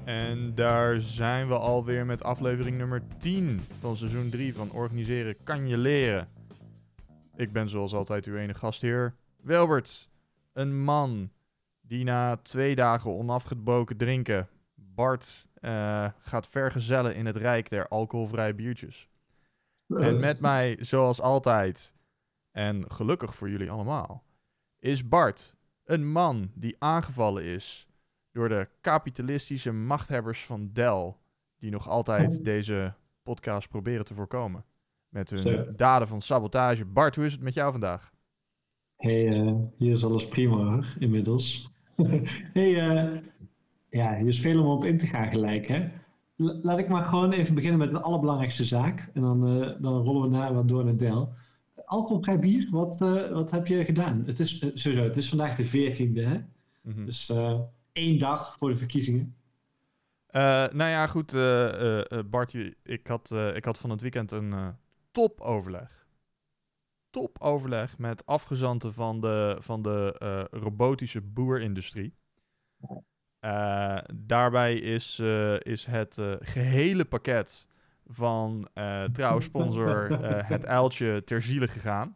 En daar zijn we alweer met aflevering nummer 10 van seizoen 3 van Organiseren kan je leren. Ik ben zoals altijd uw ene gastheer, Wilbert. Een man die na 2 dagen onafgebroken drinken Bart gaat vergezellen in het rijk der alcoholvrije biertjes. En met mij, zoals altijd, en gelukkig voor jullie allemaal, is Bart. Een man die aangevallen is door de kapitalistische machthebbers van Dell, die nog altijd deze podcast proberen te voorkomen met hun daden van sabotage. Bart, hoe is het met jou vandaag? Hey, hier is alles prima hoor, inmiddels. Hier is veel om op in te gaan gelijk, hè. Laat ik maar gewoon even beginnen met de allerbelangrijkste zaak. En dan rollen we wat door naar Dell. Alcoholvrij bier, wat heb je gedaan? Het is vandaag de 14e, hè? Mm-hmm. Dus 1 dag voor de verkiezingen. Bart, ik had van het weekend een topoverleg met afgezanten van de robotische boerindustrie. Daarbij is het gehele pakket van trouwe sponsor het uiltje ter ziele gegaan.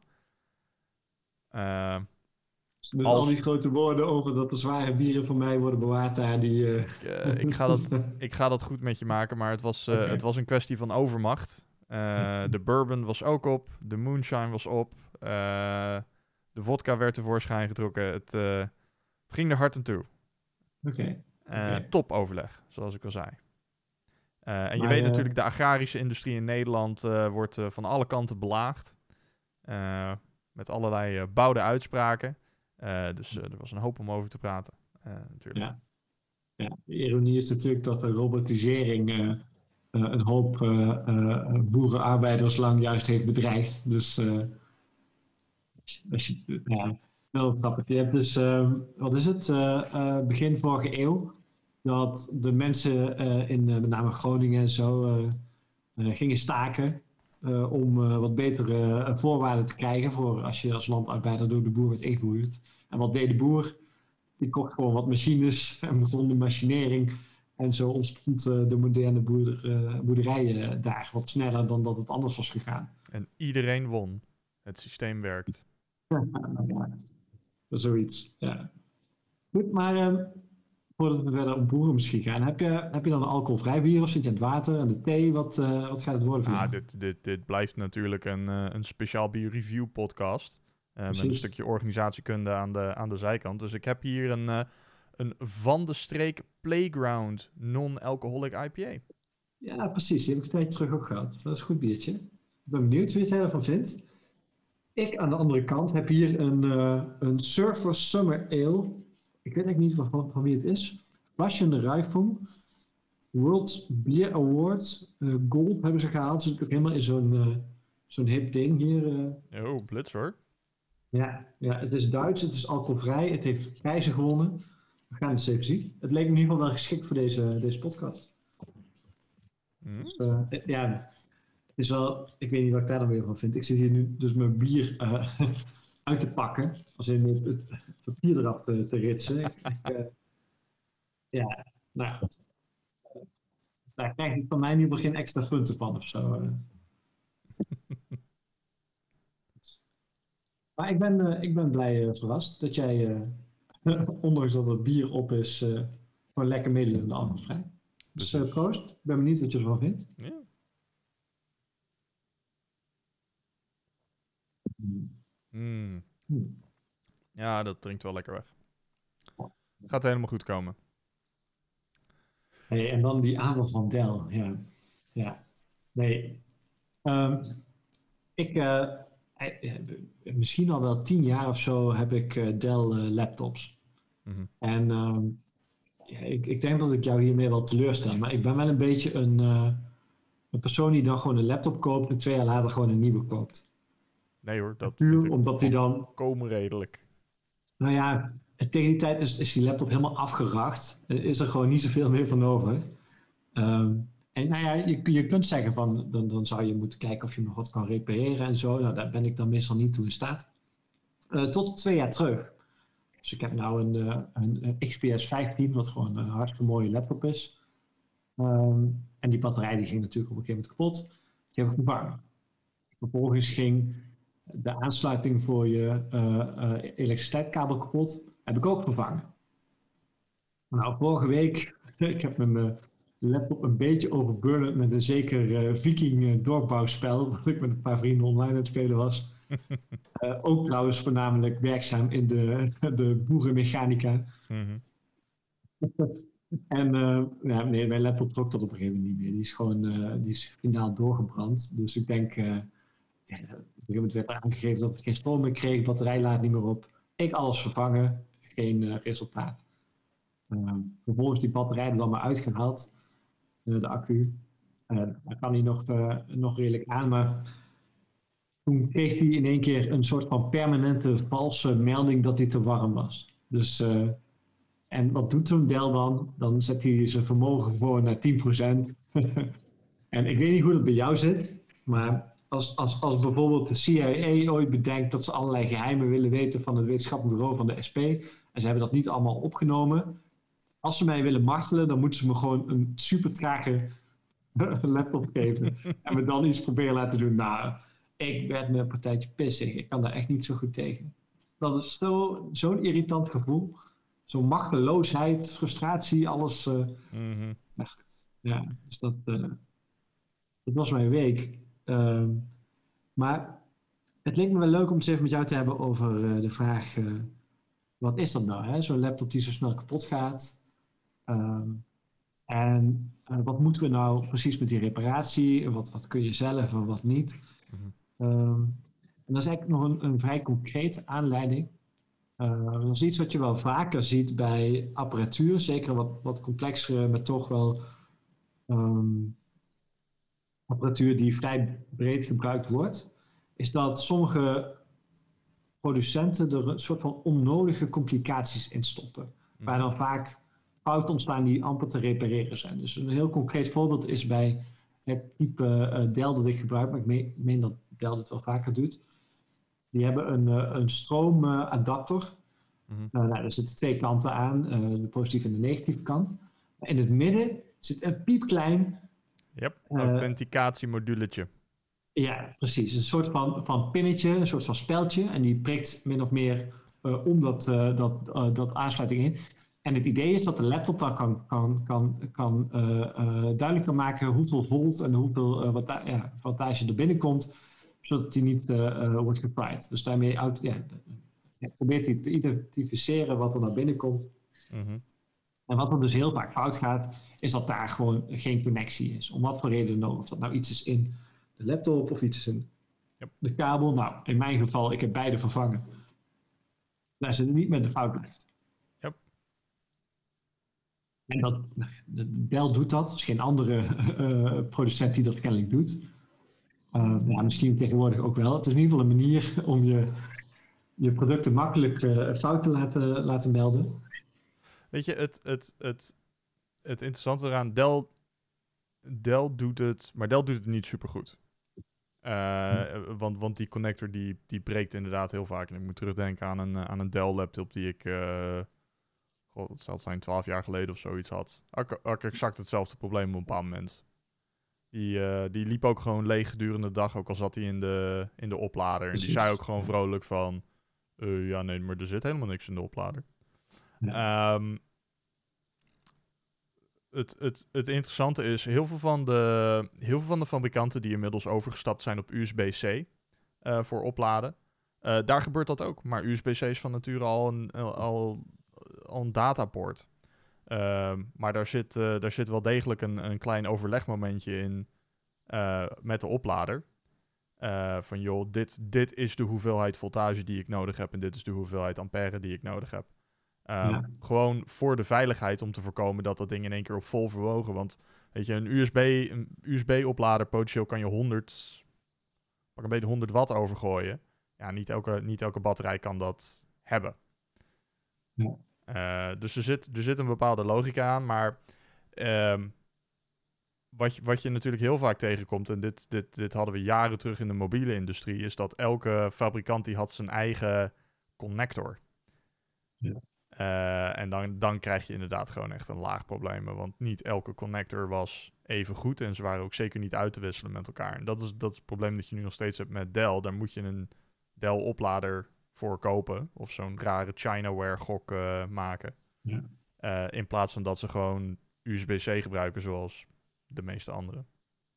Met al die grote woorden over dat de zware bieren voor mij worden bewaard daar. Ik ga dat goed met je maken, maar het was een kwestie van overmacht. De bourbon was ook op, de moonshine was op, de vodka werd tevoorschijn getrokken. Het ging er hard aan toe. Topoverleg, zoals ik al zei. En je weet natuurlijk, de agrarische industrie in Nederland wordt van alle kanten belaagd. Met allerlei bouwde uitspraken. Dus er was een hoop om over te praten, natuurlijk. Ja, de ironie is natuurlijk dat de robotisering een hoop boerenarbeiders lang juist heeft bedreigd. Dus wel grappig. Je hebt dus, begin vorige eeuw, dat de mensen in met name Groningen en zo gingen staken om wat betere voorwaarden te krijgen voor als je als landarbeider door de boer werd ingehuurd. En wat deed de boer? Die kocht gewoon wat machines en begon de machinering. En zo ontstond de moderne boerderijen daar wat sneller dan dat het anders was gegaan. En iedereen won. Het systeem werkt. Zoiets, ja. Goed, maar voordat we verder op boeren misschien gaan, heb je dan een alcoholvrij bier of zit je aan het water en de thee? Wat gaat het worden voor jou? Dit blijft natuurlijk een speciaal bier-review podcast. Met een stukje organisatiekunde aan de zijkant. Dus ik heb hier een van de streek Playground non-alcoholic IPA. Ja, precies. Die heb ik een tijdje terug ook gehad. Dat is een goed biertje. Ik ben benieuwd wie jij ervan vindt. Ik aan de andere kant heb hier een Surfer Summer Ale. Ik weet eigenlijk niet van wie het is. Flaschen Reifung. World Beer Award. Gold hebben ze gehaald. Ze zitten ook helemaal in zo'n hip ding hier. Blitz hoor. Ja, het is Duits, het is alcoholvrij, het heeft prijzen gewonnen. We gaan het eens even zien. Het leek me in ieder geval wel geschikt voor deze podcast. Dus, het is wel, ik weet niet wat ik daar dan weer van vind. Ik zit hier nu dus mijn bier uit te pakken, als in het papier eraf te ritsen. Nou goed. Daar krijg ik van mij in ieder geval geen extra punten van of zo. Maar ik ben blij verrast dat jij, ondanks dat het bier op is, gewoon lekker meedoet in de alcoholvrij. Dus proost. Ik ben benieuwd wat je ervan vindt. Ja. Ja, dat drinkt wel lekker weg. Gaat helemaal goed komen. Hey, en dan die aanval van Dell. Ja. Nee. Misschien al wel 10 jaar of zo heb ik Dell laptops. Mm-hmm. En ik denk dat ik jou hiermee wel teleurstel. Maar ik ben wel een beetje een persoon die dan gewoon een laptop koopt en 2 jaar later gewoon een nieuwe koopt. Nee hoor, dat puur omdat hij dan komen redelijk. Nou ja, tegen die tijd is die laptop helemaal afgeracht. Is er gewoon niet zoveel meer van over. En nou ja, je kunt zeggen van, dan zou je moeten kijken of je nog wat kan repareren en zo. Nou, daar ben ik dan meestal niet toe in staat. Tot 2 jaar terug. Dus ik heb nou een XPS 15, wat gewoon een hartstikke mooie laptop is. En die batterij die ging natuurlijk op een gegeven moment kapot. Die heb ik vervangen. Vervolgens ging de aansluiting voor je elektriciteitskabel kapot. Heb ik ook vervangen. Nou, vorige week, ik heb mijn laptop een beetje overburdened met een zeker Viking doorbouwspel, dat ik met een paar vrienden online aan het spelen was. Ook trouwens voornamelijk werkzaam in de boerenmechanica. Mhm. En nee, mijn laptop trok dat op een gegeven moment niet meer. Die is gewoon die is finaal doorgebrand. Dus ik denk, ja, op een gegeven moment werd er aangegeven dat ik geen stroom meer kreeg, batterij laat niet meer op. Ik alles vervangen, geen resultaat. Vervolgens die batterij er dan maar uitgehaald, de accu. Daar kan hij nog redelijk aan, maar toen kreeg hij in één keer een soort van permanente valse melding dat hij te warm was. Dus, en wat doet zo'n Dell dan? Dan zet hij zijn vermogen gewoon naar 10%. En ik weet niet hoe dat bij jou zit, maar als bijvoorbeeld de CIA ooit bedenkt dat ze allerlei geheimen willen weten van het wetenschappelijk bureau van de SP, en ze hebben dat niet allemaal opgenomen, als ze mij willen martelen, dan moeten ze me gewoon een super trage laptop geven en me dan iets proberen laten doen. Nou, ik werd me een partijtje pissig. Ik kan daar echt niet zo goed tegen. Dat is zo'n irritant gevoel. Zo'n machteloosheid, frustratie, alles. Mhm. Ja, dus dat was mijn week. Maar het leek me wel leuk om het even met jou te hebben over de vraag: wat is dat nou? Hè? Zo'n laptop die zo snel kapot gaat. En wat moeten we nou precies met die reparatie? Wat kun je zelf en wat niet? Mhm. En dat is eigenlijk nog een vrij concrete aanleiding. Dat is iets wat je wel vaker ziet bij apparatuur, zeker wat complexere, maar toch wel apparatuur die vrij breed gebruikt wordt, is dat sommige producenten er een soort van onnodige complicaties in stoppen. Waar dan vaak fouten ontstaan die amper te repareren zijn. Dus een heel concreet voorbeeld is bij het type Dell dat ik gebruik, maar ik meen dat Dell dit wel vaker doet. Die hebben een stroomadapter. Nou, daar zitten twee kanten aan, de positieve en de negatieve kant. In het midden zit een piepklein Yep, authenticatiemoduletje. ja, precies. Een soort van pinnetje, een soort van speldje. En die prikt min of meer om dat aansluiting in. En het idee is dat de laptop dan kan duidelijk kan maken hoeveel volt en hoeveel wattage er binnenkomt, zodat die niet wordt gefried. Dus daarmee probeert hij te identificeren wat er naar binnen komt. Mhm. En wat er dus heel vaak fout gaat, is dat daar gewoon geen connectie is. Om wat voor reden dan ook. Of dat nou iets is in de laptop of iets is in Yep. de kabel. Nou, in mijn geval, ik heb beide vervangen. Daar zit het niet met de fout blijft. Yep. En Dell doet dat. Er is geen andere producent die dat kennelijk doet. Misschien tegenwoordig ook wel. Het is in ieder geval een manier om je producten makkelijk fout te laten melden. Weet je, het interessante eraan, Dell doet het, maar Dell doet het niet super goed. Want die connector die breekt inderdaad heel vaak. En ik moet terugdenken aan een Dell laptop die ik, het zal zijn 12 jaar geleden of zoiets had. Had ik exact hetzelfde probleem op een bepaald moment. Die liep ook gewoon leeg gedurende de dag, ook al zat hij in de oplader. En die zei ook gewoon vrolijk van, ja nee, maar er zit helemaal niks in de oplader. Ja. Het interessante is, heel veel van de fabrikanten die inmiddels overgestapt zijn op USB-C voor opladen, daar gebeurt dat ook. Maar USB-C is van nature al een datapoort. Maar daar zit wel degelijk een klein overlegmomentje in met de oplader. Van joh, dit is de hoeveelheid voltage die ik nodig heb en dit is de hoeveelheid ampère die ik nodig heb. Gewoon voor de veiligheid om te voorkomen dat ding in één keer op vol verwogen. Want weet je, een USB-oplader potentieel kan je 100 watt overgooien. Ja, niet elke batterij kan dat hebben. Ja. Dus er zit een bepaalde logica aan, maar wat je natuurlijk heel vaak tegenkomt, en dit hadden we jaren terug in de mobiele industrie, is dat elke fabrikant die had zijn eigen connector. Ja. En dan krijg je inderdaad gewoon echt een laag problemen. Want niet elke connector was even goed. En ze waren ook zeker niet uit te wisselen met elkaar. En dat is het probleem dat je nu nog steeds hebt met Dell. Daar moet je een Dell-oplader voor kopen. Of zo'n rare Chinaware-gok maken. Ja. In plaats van dat ze gewoon USB-C gebruiken zoals de meeste anderen.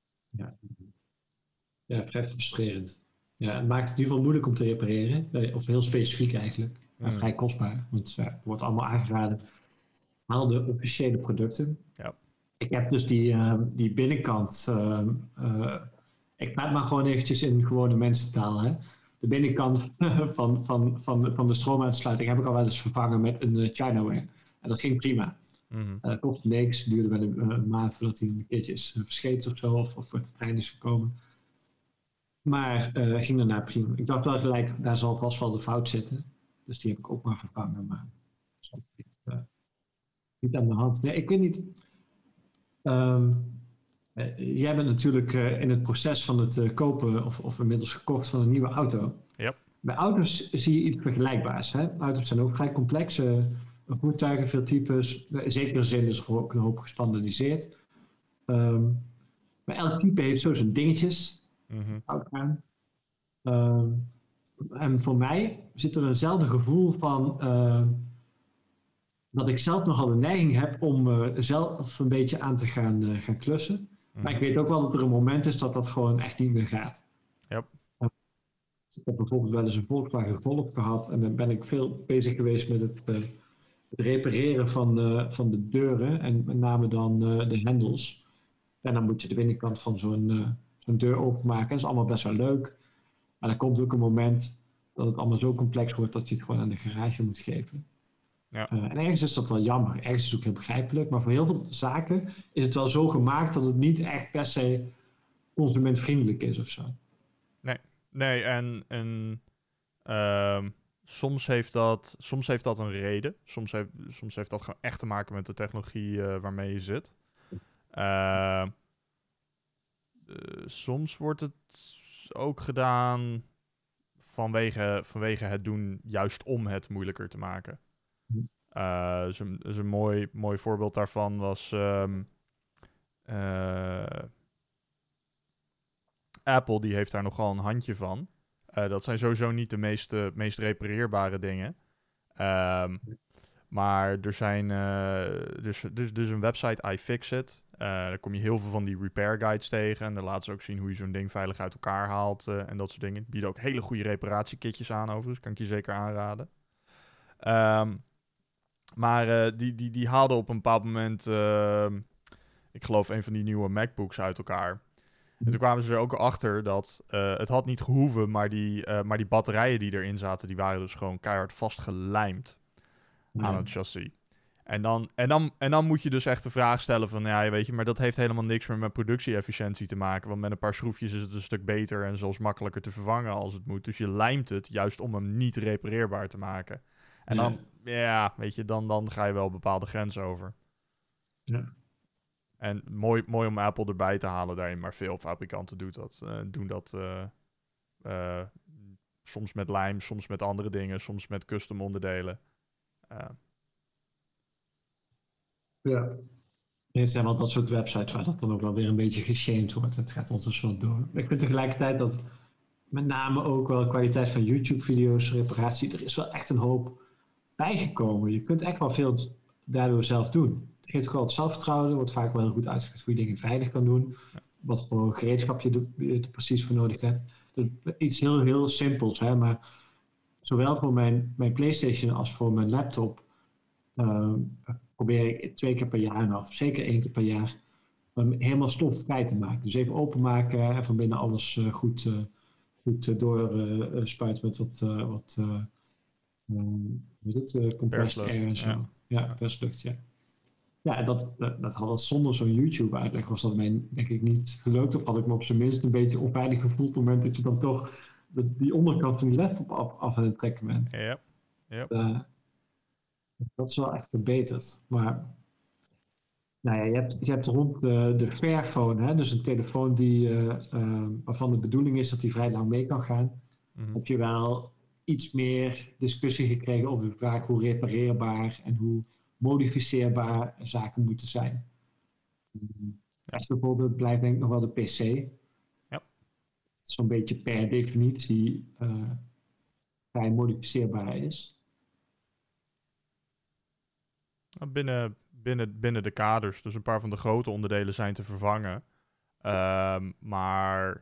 Ja, vrij frustrerend. Ja, het maakt het in ieder geval moeilijk om te repareren. Of heel specifiek eigenlijk. Maar vrij kostbaar. Want het wordt allemaal aangeraden. Haal de officiële producten. Ja. Ik heb dus die binnenkant. Ik praat maar gewoon eventjes in gewone mensentaal. Hè. De binnenkant van de stroomuitsluiting heb ik al wel eens vervangen met een Chinaware. En dat ging prima. Het kostte niks. Het duurde wel een maand voordat hij een keertje is verscheept of zo. Of voor het einde is gekomen. Maar ging daarna prima. Ik dacht wel gelijk, daar zal vast wel de fout zitten. Dus die heb ik ook maar vervangen. Maar dat is niet aan de hand. Nee, ik weet niet. Jij bent natuurlijk in het proces van het kopen of inmiddels gekocht van een nieuwe auto. Yep. Bij auto's zie je iets vergelijkbaars. Hè? Auto's zijn ook vrij complexe voertuigen, veel types. In zekere zin is er ook een hoop gestandaardiseerd. Maar elk type heeft zo zijn dingetjes. En voor mij zit er eenzelfde gevoel van dat ik zelf nogal de neiging heb om zelf een beetje aan te gaan klussen. Maar ik weet ook wel dat er een moment is dat dat gewoon echt niet meer gaat. Yep. Ik heb bijvoorbeeld wel eens een Volkswagen Golf gehad en dan ben ik veel bezig geweest met het repareren van de deuren en met name dan de hendels. En dan moet je de binnenkant van zo'n deur openmaken. Dat is allemaal best wel leuk. Maar er komt ook een moment dat het allemaal zo complex wordt dat je het gewoon aan de garage moet geven. Ja. En ergens is dat wel jammer. Ergens is het ook heel begrijpelijk. Maar voor heel veel zaken is het wel zo gemaakt dat het niet echt per se consumentvriendelijk is of zo. Nee, en soms heeft dat een reden. Soms heeft dat gewoon echt te maken met de technologie waarmee je zit. Soms wordt het ook gedaan vanwege het doen juist om het moeilijker te maken. Dus een mooi voorbeeld daarvan was Apple, die heeft daar nogal een handje van. Dat zijn sowieso niet de meest repareerbare dingen. Maar er zijn dus een website, iFixit. Daar kom je heel veel van die repair guides tegen. En daar laten ze ook zien hoe je zo'n ding veilig uit elkaar haalt en dat soort dingen. Bieden ook hele goede reparatiekitjes aan overigens. Kan ik je zeker aanraden. Maar die haalden op een bepaald moment, ik geloof een van die nieuwe MacBooks uit elkaar. En toen kwamen ze er ook achter dat het had niet gehoeven, maar die batterijen die erin zaten, die waren dus gewoon keihard vastgelijmd aan het chassis. En dan moet je dus echt de vraag stellen van, ja, weet je, maar dat heeft helemaal niks meer met productie-efficiëntie te maken. Want met een paar schroefjes is het een stuk beter en zelfs makkelijker te vervangen als het moet. Dus je lijmt het juist om hem niet repareerbaar te maken. En dan, ja, weet je, dan ga je wel bepaalde grenzen over. Ja. En mooi om Apple erbij te halen daarin, maar veel fabrikanten doen dat soms met lijm, soms met andere dingen, soms met custom onderdelen. Ja. Er zijn wel dat soort websites waar dat dan ook wel weer een beetje geshamed wordt. Het gaat ondertussen wel door. Ik vind tegelijkertijd dat met name ook wel de kwaliteit van YouTube-video's, reparatie, er is wel echt een hoop bijgekomen. Je kunt echt wel veel daardoor zelf doen. Het geeft gewoon het zelfvertrouwen. Er wordt vaak wel heel goed uitgelegd hoe je dingen veilig kan doen. Wat voor gereedschap je er precies voor nodig hebt. Dus iets heel, heel simpels. Hè? Maar zowel voor mijn PlayStation als voor mijn laptop probeer ik 2 keer per jaar, of zeker 1 keer per jaar, helemaal stofvrij te maken. Dus even openmaken en van binnen alles goed doorspuiten met wat compressed air en zo. Ja, perslucht, ja. Ja, en dat had zonder zo'n YouTube-uitleg was dat mij denk ik niet gelukt. Of had ik me op zijn minst een beetje onveilig gevoeld op het moment dat je dan toch die onderkant van die laptop af aan het trekken bent. Yep. Dat is wel echt verbeterd. Maar nou ja, je hebt rond de Fairphone, hè, dus een telefoon waarvan de bedoeling is dat die vrij lang mee kan gaan. Heb je wel iets meer discussie gekregen over de vraag hoe repareerbaar en hoe modificeerbaar zaken moeten zijn. Ja. Beste voorbeeld blijft denk ik nog wel de PC. Ja. Zo'n beetje per definitie vrij modificeerbaar is. Binnen de kaders. Dus een paar van de grote onderdelen zijn te vervangen. Maar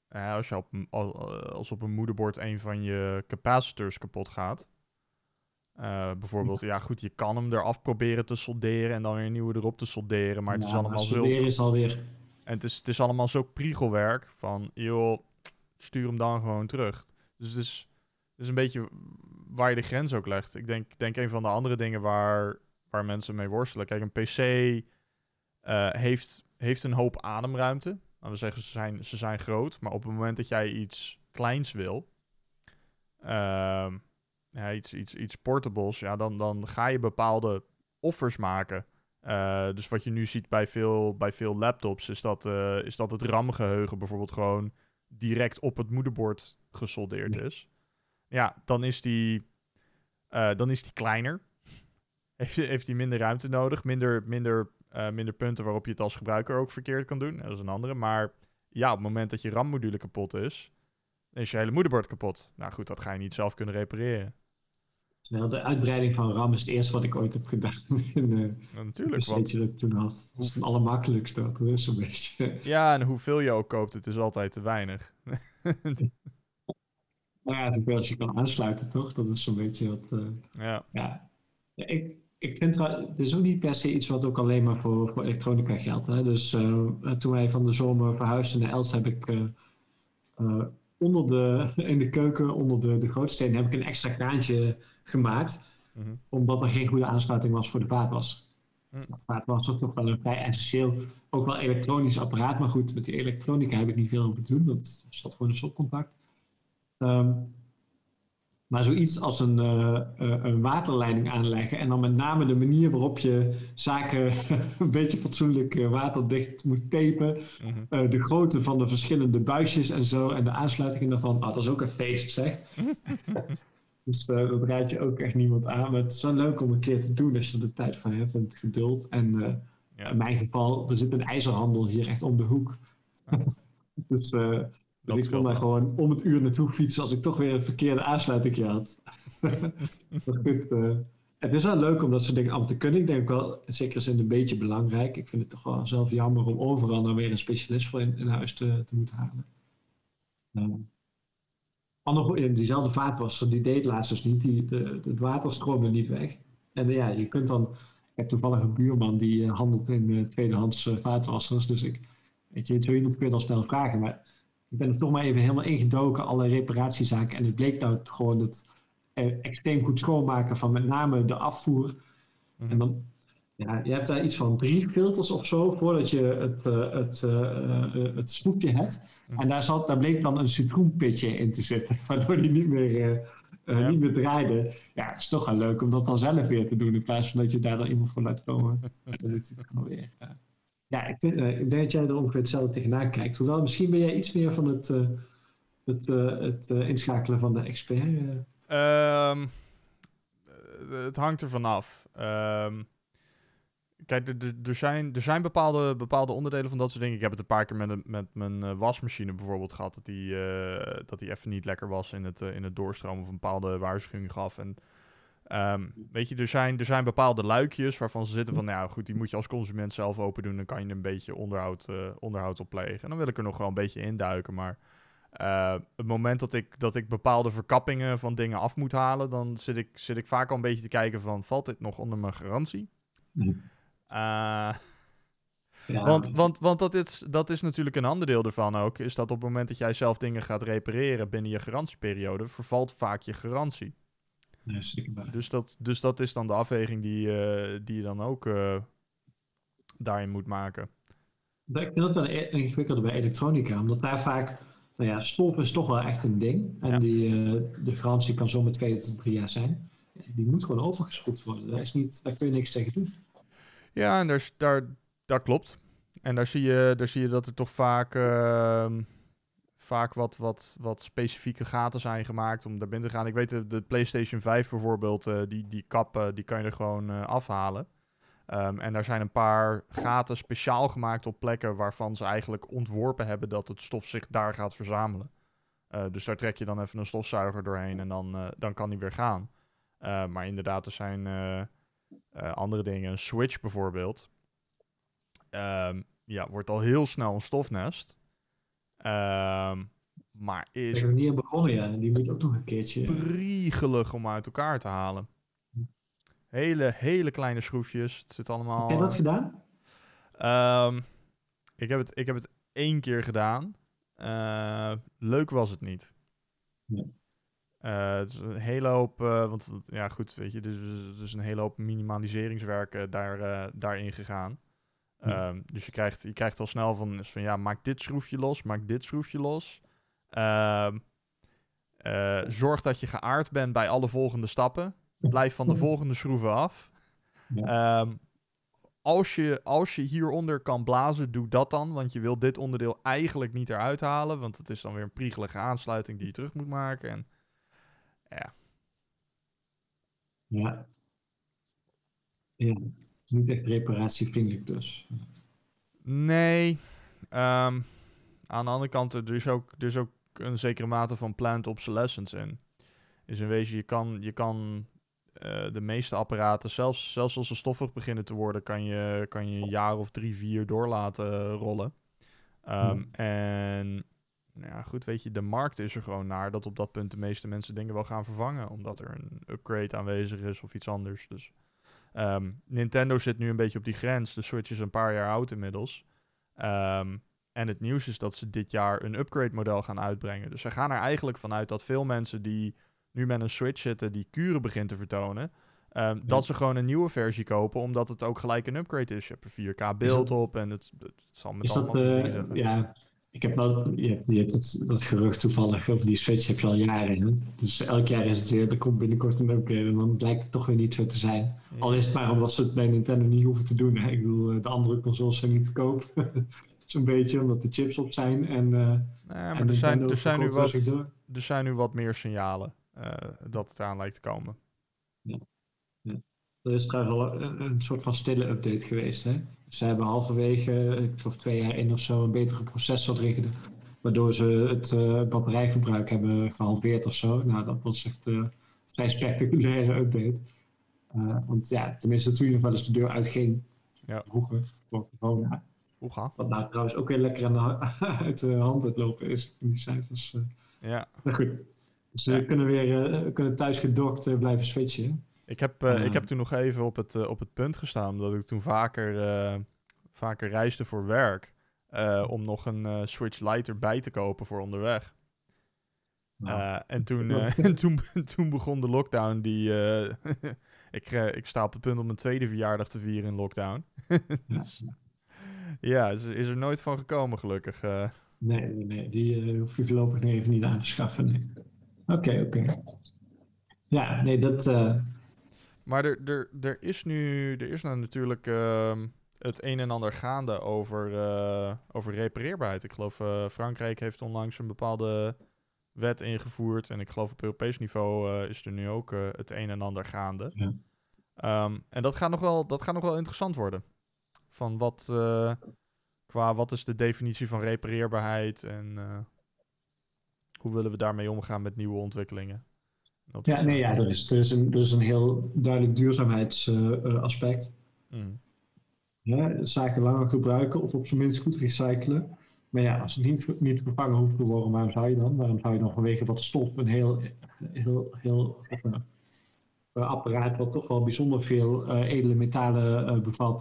als op een moederbord een van je capacitors kapot gaat. Bijvoorbeeld, ja goed, je kan hem eraf proberen te solderen en dan weer een nieuwe erop te solderen. Maar het is allemaal zo. Is alweer. En het is allemaal zo priegelwerk van, joh, stuur hem dan gewoon terug. Dus het is een beetje waar je de grens ook legt. Ik denk een van de andere dingen waar mensen mee worstelen. Kijk, een PC heeft een hoop ademruimte. Nou, we zeggen ze zijn groot, maar op het moment dat jij iets kleins wil, iets portables, ja, dan ga je bepaalde offers maken. Dus wat je nu ziet bij veel laptops is dat het RAM-geheugen bijvoorbeeld gewoon direct op het moederbord gesoldeerd is. Ja, dan is die kleiner. Heeft die minder ruimte nodig, minder punten waarop je het als gebruiker ook verkeerd kan doen. Dat is een andere. Maar ja, op het moment dat je RAM-module kapot is, dan is je hele moederbord kapot. Nou goed, dat ga je niet zelf kunnen repareren. De uitbreiding van RAM is het eerste wat ik ooit heb gedaan in natuurlijk, een PC'tje dat ik toen had. Dat is het allermakkelijkste, dat is een beetje. Ja, en hoeveel je ook koopt, het is altijd te weinig. Nou ja, als je kan aansluiten, toch? Dat is zo'n beetje wat. Ja. Ik vind het is ook niet per se iets wat ook alleen maar voor elektronica geldt. Hè? Dus toen wij van de zomer verhuisden naar Elst, heb ik in de keuken, onder de gootsteen, heb ik een extra kraantje gemaakt. Mm-hmm. Omdat er geen goede aansluiting was voor de vaatwas. De vaatwas was toch wel een vrij essentieel, ook wel elektronisch apparaat. Maar goed, met die elektronica heb ik niet veel over te doen. Dat zat gewoon een stopcontact. Maar zoiets als een waterleiding aanleggen en dan met name de manier waarop je zaken een beetje fatsoenlijk waterdicht moet tapen. Mm-hmm. De grootte van de verschillende buisjes en zo en de aansluitingen daarvan. Dat is ook een feest, zeg. Dus dat raadt je ook echt niemand aan. Maar het is wel leuk om een keer te doen als je er de tijd van hebt en het geduld. En in mijn geval, er zit een ijzerhandel hier echt om de hoek. Dus ik kon daar gewoon om het uur naartoe fietsen als ik toch weer een verkeerde aansluiting had. Maar goed, het is wel leuk om dat soort dingen allemaal te kunnen. Ik denk wel, zeker is het een beetje belangrijk. Ik vind het toch wel zelf jammer om overal dan weer een specialist voor in huis te moeten halen. Diezelfde vaatwasser, die deed laatst dus niet. Het water stroomde niet weg. En ja, je kunt dan. Ik heb toevallig een buurman die handelt in tweedehands vaatwassers. Dus zo iemand kun je dan snel vragen. Maar ik ben er toch maar even helemaal ingedoken, alle reparatiezaken. En het bleek nou gewoon het extreem goed schoonmaken van met name de afvoer. Mm-hmm. En dan, ja, je hebt daar iets van 3 filters of zo voordat je het snoepje hebt. En daar bleek dan een citroenpitje in te zitten, waardoor die niet meer draaide. Ja, het is toch wel leuk om dat dan zelf weer te doen, in plaats van dat je daar dan iemand voor laat komen. Dat doet het gewoon weer. Ja, ik denk dat jij er ongeveer hetzelfde tegenaan kijkt. Hoewel, misschien ben jij iets meer van het inschakelen van de expert. Het hangt ervan af. Kijk, er zijn bepaalde onderdelen van dat soort dingen. Ik heb het een paar keer met mijn wasmachine bijvoorbeeld gehad. Dat die even niet lekker was in het doorstromen of een bepaalde waarschuwing gaf. En weet je, er zijn bepaalde luikjes waarvan ze zitten van, nou ja, goed, die moet je als consument zelf open doen. Dan kan je een beetje onderhoud op plegen. En dan wil ik er nog wel een beetje induiken. Maar het moment dat ik bepaalde verkappingen van dingen af moet halen, dan zit ik vaak al een beetje te kijken van, valt dit nog onder mijn garantie? Ja. Want dat is natuurlijk een ander deel ervan ook, is dat op het moment dat jij zelf dingen gaat repareren binnen je garantieperiode, vervalt vaak je garantie. Nee, zeker. Dus dat is dan de afweging die je dan ook daarin moet maken. Ik vind dat wel ingewikkelder bij elektronica, omdat daar vaak, stof is toch wel echt een ding. En de garantie kan zo met 2 tot 3 jaar zijn. Die moet gewoon overgeschroefd worden. Daar kun je niks tegen doen. Ja, en daar klopt. En daar zie je dat er toch vaak wat specifieke gaten zijn gemaakt om daar binnen te gaan. Ik weet de PlayStation 5 bijvoorbeeld, die kap die kan je er gewoon afhalen. En daar zijn een paar gaten speciaal gemaakt op plekken waarvan ze eigenlijk ontworpen hebben dat het stof zich daar gaat verzamelen. Dus daar trek je dan even een stofzuiger doorheen en dan kan die weer gaan. Maar inderdaad, er zijn andere dingen. Een Switch bijvoorbeeld. Wordt al heel snel een stofnest. Maar Ik is ben er niet aan begonnen, ja. Die moet ook nog een keertje. priegelig om uit elkaar te halen. Hele kleine schroefjes. Het zit allemaal... Heb jij dat gedaan? Ik heb het 1 keer gedaan. Leuk was het niet. Ja. Het is een hele hoop... ja goed, weet je, dus een hele hoop minimaliseringswerk daarin gegaan. Dus je krijgt al snel van ja, maak dit schroefje los, maak dit schroefje los. Zorg dat je geaard bent bij alle volgende stappen. Blijf van de volgende schroeven af. Ja. Als je hieronder kan blazen, doe dat dan. Want je wil dit onderdeel eigenlijk niet eruit halen. Want het is dan weer een priegelige aansluiting die je terug moet maken. En ja. Ja. Ja. Niet echt reparatievriendelijk dus. Nee. Aan de andere kant, er is ook een zekere mate van planned obsolescence in. Dus in wezen, je kan de meeste apparaten, zelfs als ze stoffig beginnen te worden, kan je een jaar of 3, 4 door laten rollen. En nou ja, goed, weet je, de markt is er gewoon naar dat op dat punt de meeste mensen dingen wel gaan vervangen, omdat er een upgrade aanwezig is of iets anders. Dus Nintendo zit nu een beetje op die grens. De Switch is een paar jaar oud inmiddels. En het nieuws is dat ze dit jaar een upgrade model gaan uitbrengen. Dus ze gaan er eigenlijk vanuit dat veel mensen die nu met een Switch zitten die kuren begint te vertonen, dat ze gewoon een nieuwe versie kopen, omdat het ook gelijk een upgrade is. Je hebt er 4K beeld op en het zal met allemaal dingen zetten. Ja, ik heb wel, je hebt dat gerucht toevallig over die Switch heb je al jaren. Hè? Dus elk jaar is het weer, er komt binnenkort een upgrade en dan blijkt het toch weer niet zo te zijn. Ja. Al is het maar omdat ze het bij Nintendo niet hoeven te doen. Hè? Ik bedoel, de andere consoles zijn niet te koop. Zo'n beetje, omdat de chips op zijn. Maar er zijn nu wat meer signalen dat het aan lijkt te komen. Ja. Er is trouwens al een soort van stille update geweest. Hè? Ze hebben halverwege, ik geloof 2 jaar in of zo, een betere processor erin gedaan. Waardoor ze het batterijverbruik hebben gehalveerd of zo. Nou, dat was echt een vrij spectaculaire update. Want ja, tenminste toen je nog wel eens de deur uitging. Ja. Vroeger, voor corona. Wat nou trouwens ook weer lekker uit de hand uitlopen is. In die cijfers. Ja. Maar goed. Dus we kunnen thuis gedokt blijven switchen. Ik heb toen nog even op het punt gestaan dat ik toen vaker reisde voor werk om nog een Switch Lite erbij te kopen voor onderweg. En toen begon de lockdown ik sta op het punt om mijn tweede verjaardag te vieren in lockdown. Dus, ja, is er nooit van gekomen gelukkig. Nee, die hoef je voorlopig even niet aan te schaffen. Nee. Oké. Ja, nee, dat... Maar er is nu natuurlijk het een en ander gaande over repareerbaarheid. Ik geloof Frankrijk heeft onlangs een bepaalde wet ingevoerd. En ik geloof op Europees niveau is er nu ook het een en ander gaande. Ja. En dat gaat nog wel interessant worden. Van wat is de definitie van repareerbaarheid en hoe willen we daarmee omgaan met nieuwe ontwikkelingen? Er is een heel duidelijk duurzaamheidsaspect. Zaken langer gebruiken of op zijn minst goed recyclen. Maar ja, als het niet vervangen hoeft te worden, waarom zou je dan? Waarom zou je dan vanwege wat stof een heel apparaat wat toch wel bijzonder veel edele metalen bevat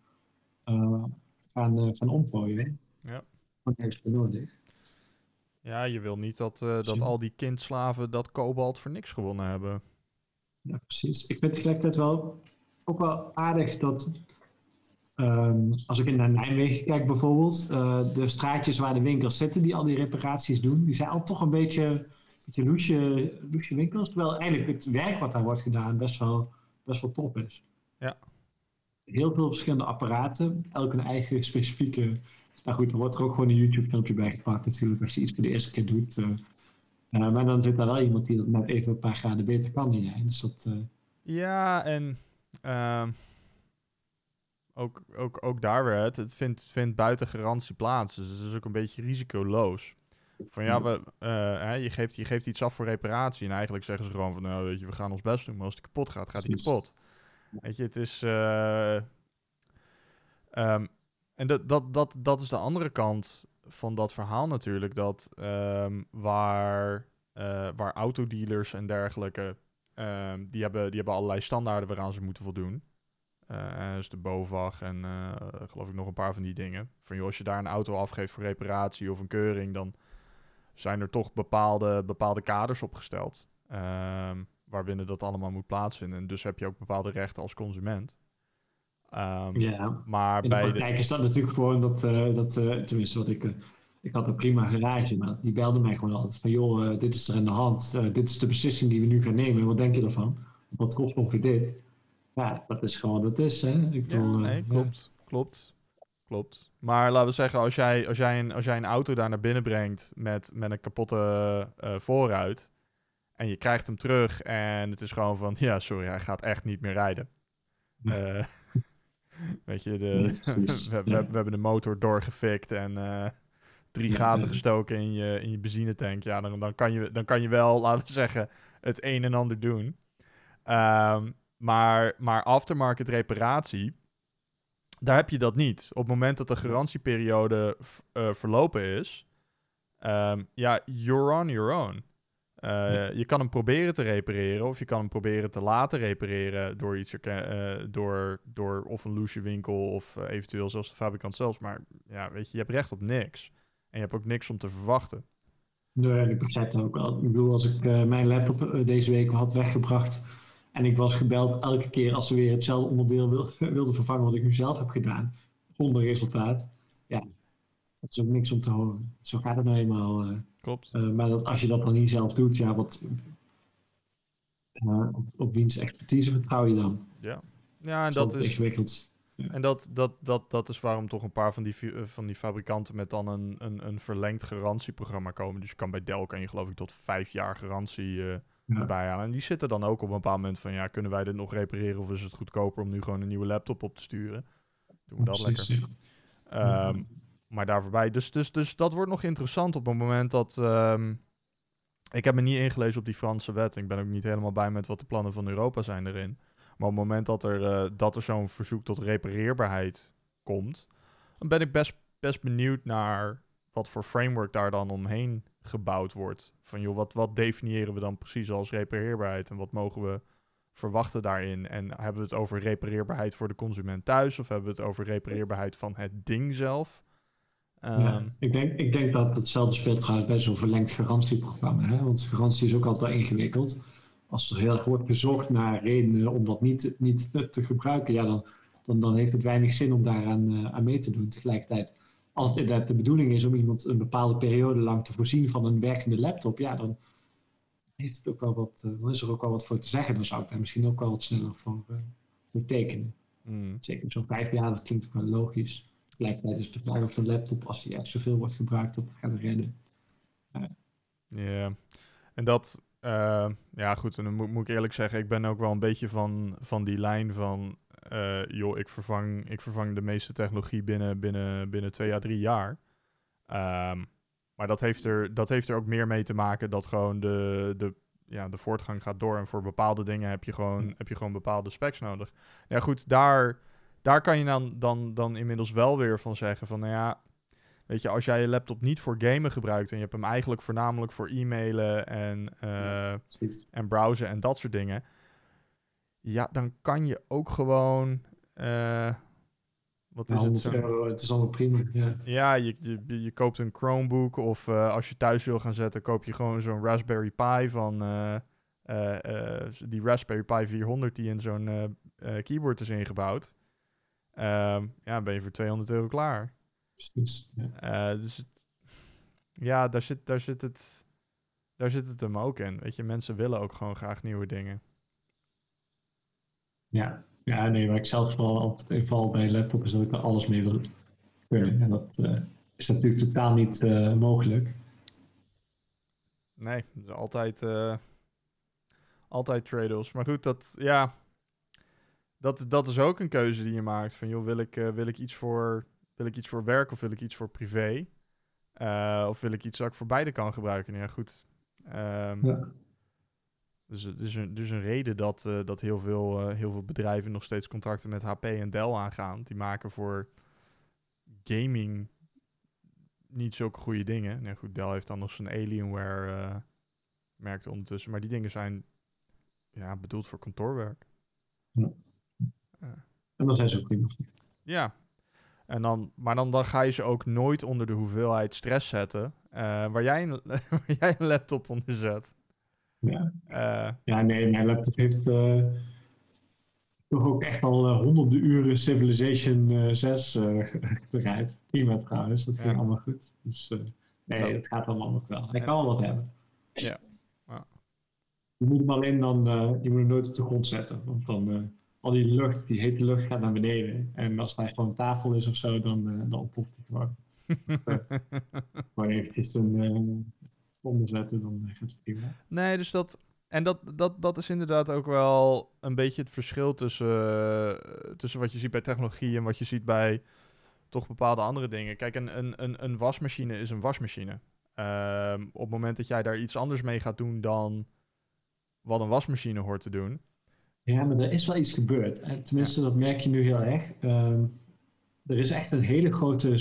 gaan omgooien? Ja. Wat heeft er nodig? Ja, je wil niet dat al die kindslaven dat kobalt voor niks gewonnen hebben. Ja, precies. Ik vind tegelijkertijd ook wel aardig dat als ik naar Nijmegen kijk bijvoorbeeld, de straatjes waar de winkels zitten die al die reparaties doen, die zijn al toch een beetje loesje winkels, terwijl eigenlijk het werk wat daar wordt gedaan best wel top is. Ja. heel veel verschillende apparaten. Elk een eigen specifieke... Nou goed, dan wordt er ook gewoon een YouTube-filmpje bij gepakt natuurlijk, als je iets voor de eerste keer doet. Maar dan zit daar wel iemand die dat net even een paar graden beter kan dan jij. Dus dat... Ja, en ook daar weer, het vindt buiten garantie plaats. Dus het is ook een beetje risicoloos. Van ja, je geeft iets af voor reparatie. En eigenlijk zeggen ze gewoon van, nou weet je, we gaan ons best doen. Maar als het kapot gaat, gaat hij kapot. Weet je, het is... en dat is de andere kant van dat verhaal natuurlijk. Dat waar autodealers en dergelijke... die hebben allerlei standaarden waaraan ze moeten voldoen. Dus de BOVAG en geloof ik nog een paar van die dingen. Van joh, als je daar een auto afgeeft voor reparatie of een keuring... dan zijn er toch bepaalde kaders opgesteld. Waarbinnen dat allemaal moet plaatsvinden. En dus heb je ook bepaalde rechten als consument. Maar in de praktijk is dat natuurlijk gewoon dat tenminste wat ik had een prima garage, maar die belde mij gewoon altijd van joh, dit is er aan de hand, dit is de beslissing die we nu gaan nemen, wat denk je ervan? Wat kost ongeveer dit? Ja, dat is gewoon wat het is, hè? Klopt. Maar laten we zeggen, als jij een auto daar naar binnen brengt met een kapotte voorruit en je krijgt hem terug en het is gewoon van, ja, sorry, hij gaat echt niet meer rijden. Weet je, we hebben de motor doorgefikt en 3 gaten gestoken in je benzinetank. Ja, dan kan je wel, laten we zeggen, het een en ander doen. Maar aftermarket reparatie, daar heb je dat niet. Op het moment dat de garantieperiode verlopen is, you're on your own. Je kan hem proberen te repareren of je kan hem proberen te laten repareren door iets door of een loesje winkel of eventueel zelfs de fabrikant zelfs. Maar ja, weet je hebt recht op niks. En je hebt ook niks om te verwachten. Nee, ik begrijp dat ook wel. Ik bedoel, als ik mijn laptop deze week had weggebracht en ik was gebeld elke keer als ze weer hetzelfde onderdeel wilden vervangen wat ik nu zelf heb gedaan, zonder resultaat. Ja, dat is ook niks om te horen. Zo gaat het nou eenmaal. Klopt. Maar als je dat dan niet zelf doet, ja, op wiens expertise vertrouw je dan? Ja, en dat is ingewikkeld. Ja. En dat is waarom toch een paar van die fabrikanten met dan een verlengd garantieprogramma komen. Dus je kan bij Dell kan je geloof ik tot 5 jaar garantie erbij halen. En die zitten dan ook op een bepaald moment van, ja, kunnen wij dit nog repareren of is het goedkoper om nu gewoon een nieuwe laptop op te sturen? Doen we dat precies, lekker. Ja. Maar daar voorbij. Dus dat wordt nog interessant op het moment dat... ik heb me niet ingelezen op die Franse wet. Ik ben ook niet helemaal bij met wat de plannen van Europa zijn erin. Maar op het moment dat er zo'n verzoek tot repareerbaarheid komt, dan ben ik best benieuwd naar wat voor framework daar dan omheen gebouwd wordt. Van joh, wat definiëren we dan precies als repareerbaarheid en wat mogen we verwachten daarin? En hebben we het over repareerbaarheid voor de consument thuis of hebben we het over repareerbaarheid van het ding zelf? Ik denk dat hetzelfde speelt trouwens bij zo'n verlengd garantieprogramma. Hè? Want garantie is ook altijd wel ingewikkeld. Als er heel erg wordt gezocht naar redenen om dat niet te gebruiken, ja, dan heeft het weinig zin om daaraan aan mee te doen. Tegelijkertijd, als het de bedoeling is om iemand een bepaalde periode lang te voorzien van een werkende laptop, ja, dan heeft het ook wel dan is er ook wel wat voor te zeggen. Dan zou ik daar misschien ook wel wat sneller voor tekenen. Zeker zo'n 5 jaar, dat klinkt ook wel logisch. Tegelijkertijd is de vraag of zo'n laptop, als die echt zoveel wordt gebruikt, op gaat redden. Ja, en dat... ja, goed, en dan moet ik eerlijk zeggen, ik ben ook wel een beetje van die lijn van... joh, ik vervang de meeste technologie binnen 2 à 3 jaar. Maar dat heeft er ook meer mee te maken dat gewoon de voortgang gaat door. En voor bepaalde dingen heb je gewoon bepaalde specs nodig. Ja, goed, daar kan je dan inmiddels wel weer van zeggen van, nou ja... Weet je, als jij je laptop niet voor gamen gebruikt en je hebt hem eigenlijk voornamelijk voor e-mailen en browsen en dat soort dingen. Ja, dan kan je ook gewoon... wat is het? Het is allemaal prima. Ja, je koopt een Chromebook of als je thuis wil gaan zetten, koop je gewoon zo'n Raspberry Pi van die Raspberry Pi 400 die in zo'n keyboard is ingebouwd. Ja, ben je voor €200 klaar. Precies, ja. Dus ja, daar zit het hem ook in. Weet je, mensen willen ook gewoon graag nieuwe dingen. Ja, Ja, nee, waar ik zelf vooral altijd even al bij een laptop is dat ik er alles mee wil kunnen. En dat is natuurlijk totaal niet mogelijk. Nee, dus altijd trade-offs. Maar goed, dat is ook een keuze die je maakt. Van joh, wil ik iets voor werk of wil ik iets voor privé? Of wil ik iets dat ik voor beide kan gebruiken? Ja, goed. Ja. Dus een reden dat heel veel bedrijven nog steeds contracten met HP en Dell aangaan. Die maken voor gaming niet zulke goede dingen. Nee, goed, Dell heeft dan nog zijn Alienware merk ondertussen. Maar die dingen zijn bedoeld voor kantoorwerk. Ja. Uh, En dan zijn ze ook prima. ja, maar dan ga je ze ook nooit onder de hoeveelheid stress zetten waar jij een laptop onder zet. Ja. Ja, nee, mijn laptop heeft toch ook echt al honderden uren Civilization 6 gedraaid. Prima trouwens, dat ging allemaal goed. Dus nee, dat gaat allemaal nog wel. Hij kan wel wat hebben. Ja. Je moet hem alleen dan, je moet hem nooit op de grond zetten. Want dan, al die hete lucht gaat naar beneden. En als het gewoon tafel is of zo, dan ontploft hij gewoon. Gewoon eventjes een onderzetten, dan gaat het prima. Nee, dus dat is inderdaad ook wel een beetje het verschil tussen wat je ziet bij technologie en wat je ziet bij toch bepaalde andere dingen. Kijk, een wasmachine is een wasmachine. Op het moment dat jij daar iets anders mee gaat doen dan wat een wasmachine hoort te doen. Ja, maar er is wel iets gebeurd. Tenminste, dat merk je nu heel erg. Er is echt een hele grote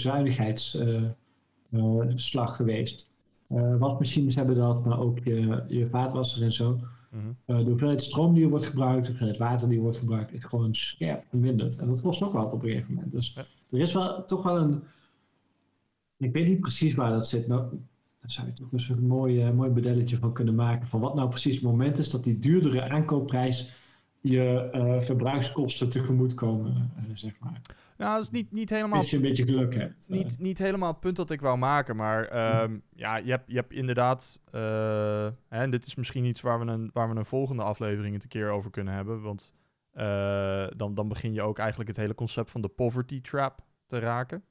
zuinigheidsslag geweest. Wasmachines hebben dat, maar ook je vaatwasser en zo. Mm-hmm. De hoeveelheid stroom die er wordt gebruikt, de hoeveelheid water die er wordt gebruikt, is gewoon scherp verminderd. En dat kost ook wat op een gegeven moment. Dus er is toch wel een... Ik weet niet precies waar dat zit, maar daar zou je toch eens een mooi modelletje van kunnen maken. Van wat nou precies het moment is dat die duurdere aankoopprijs je verbruikskosten tegemoet komen, zeg maar. Nou, dat is niet helemaal... Als je een beetje geluk hebt. Niet helemaal het punt dat ik wou maken, maar je hebt inderdaad... en dit is misschien iets waar we een volgende aflevering het een keer over kunnen hebben, want dan begin je ook eigenlijk het hele concept van de poverty trap te raken.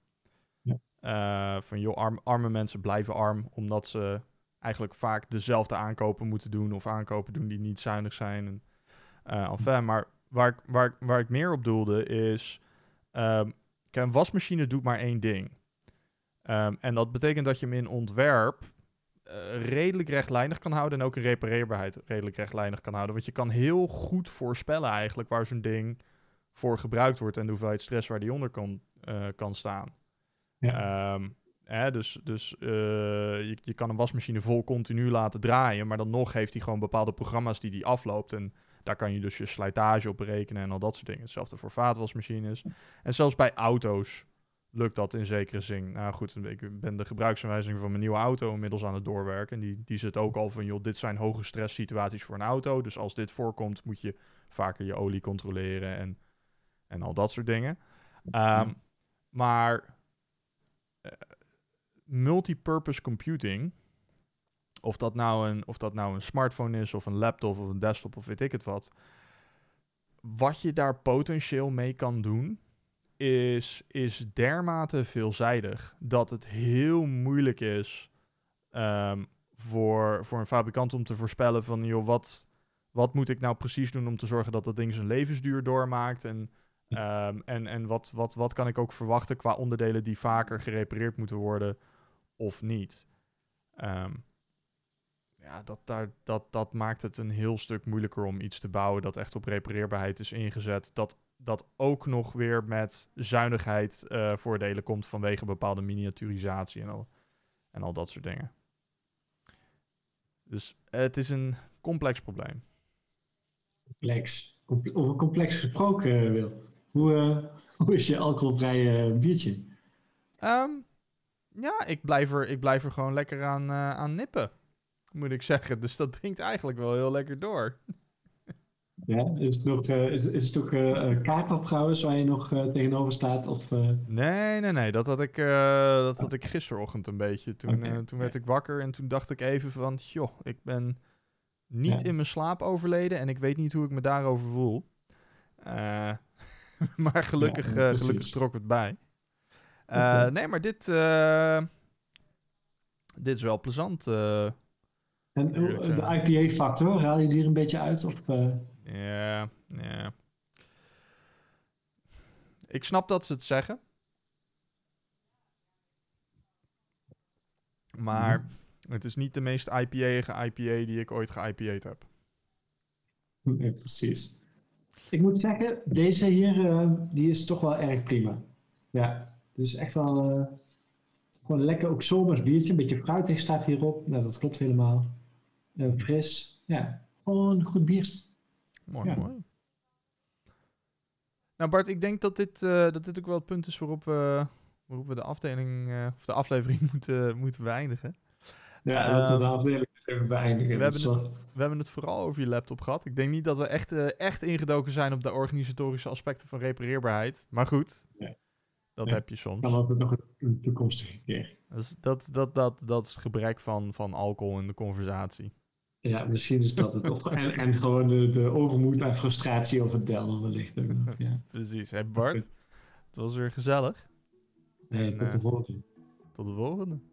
Van joh, arme mensen blijven arm, omdat ze eigenlijk vaak dezelfde aankopen moeten doen of aankopen doen die niet zuinig zijn. Enfin, maar waar ik meer op doelde is... een wasmachine doet maar één ding. En dat betekent dat je hem in ontwerp redelijk rechtlijnig kan houden en ook in repareerbaarheid redelijk rechtlijnig kan houden. Want je kan heel goed voorspellen eigenlijk waar zo'n ding voor gebruikt wordt en de hoeveelheid stress waar die onder kan staan. Ja. Je kan een wasmachine vol continu laten draaien, maar dan nog heeft hij gewoon bepaalde programma's die afloopt en daar kan je dus je slijtage op berekenen en al dat soort dingen. Hetzelfde voor vaatwasmachines. En zelfs bij auto's lukt dat in zekere zin. Nou goed, ik ben de gebruiksaanwijzing van mijn nieuwe auto inmiddels aan het doorwerken. En die zit ook al van, joh, dit zijn hoge stress situaties voor een auto. Dus als dit voorkomt, moet je vaker je olie controleren en al dat soort dingen. Maar multipurpose computing, of dat nou een smartphone is, of een laptop, of een desktop, of weet ik het wat je daar potentieel mee kan doen, is dermate veelzijdig dat het heel moeilijk is voor een fabrikant om te voorspellen van, joh, wat moet ik nou precies doen om te zorgen dat dat ding zijn levensduur doormaakt en wat kan ik ook verwachten qua onderdelen die vaker gerepareerd moeten worden of niet. Dat maakt het een heel stuk moeilijker om iets te bouwen dat echt op repareerbaarheid is ingezet. Dat ook nog weer met zuinigheid voordelen komt vanwege bepaalde miniaturisatie en al dat soort dingen. Dus het is een complex probleem. Over complex gesproken, Wil. Hoe is je alcoholvrije biertje? Ik blijf er gewoon lekker aan nippen, moet ik zeggen. Dus dat drinkt eigenlijk wel heel lekker door. Ja, is het ook kaarten trouwens waar je nog tegenover staat? Of, Nee. Dat had ik gisterochtend een beetje. Toen werd ik wakker en toen dacht ik even van, joh, ik ben niet in mijn slaap overleden en ik weet niet hoe ik me daarover voel. Maar gelukkig, Ja, precies. gelukkig trok het bij. Oké. Nee, maar dit is wel plezant. En Eerlijk de zijn. IPA-factor, haal je die er een beetje uit? Of, Ja, ja. Ik snap dat ze het zeggen. Maar het is niet de meest IPA-ige IPA die ik ooit ge-IPA'd heb. Nee, precies. Ik moet zeggen, deze hier, die is toch wel erg prima. Ja, het is echt wel gewoon lekker, ook zomers biertje. Een beetje fruitig staat hierop. Nou, dat klopt helemaal. Fris. Ja, gewoon een goed bier. Mooi, Ja. mooi. Nou Bart, ik denk dat dit ook wel het punt is waarop we de afdeling of de aflevering moeten beëindigen. Ja, laten we de Ehm, afdeling even beëindigen. we, Dat hebben is het, wel- we hebben het vooral over je laptop gehad. Ik denk niet dat we echt ingedoken zijn op de organisatorische aspecten van repareerbaarheid. Maar goed, Ja. dat Ja. heb je soms. Kan altijd nog een toekomstige keer. Dus dat is het gebrek van alcohol in de conversatie. Ja, misschien is dat het toch. En gewoon de overmoed en frustratie over het Delden wellicht ook nog. Ja. Precies. Hey Bart, het was weer gezellig. Nee, En tot de volgende. tot de volgende.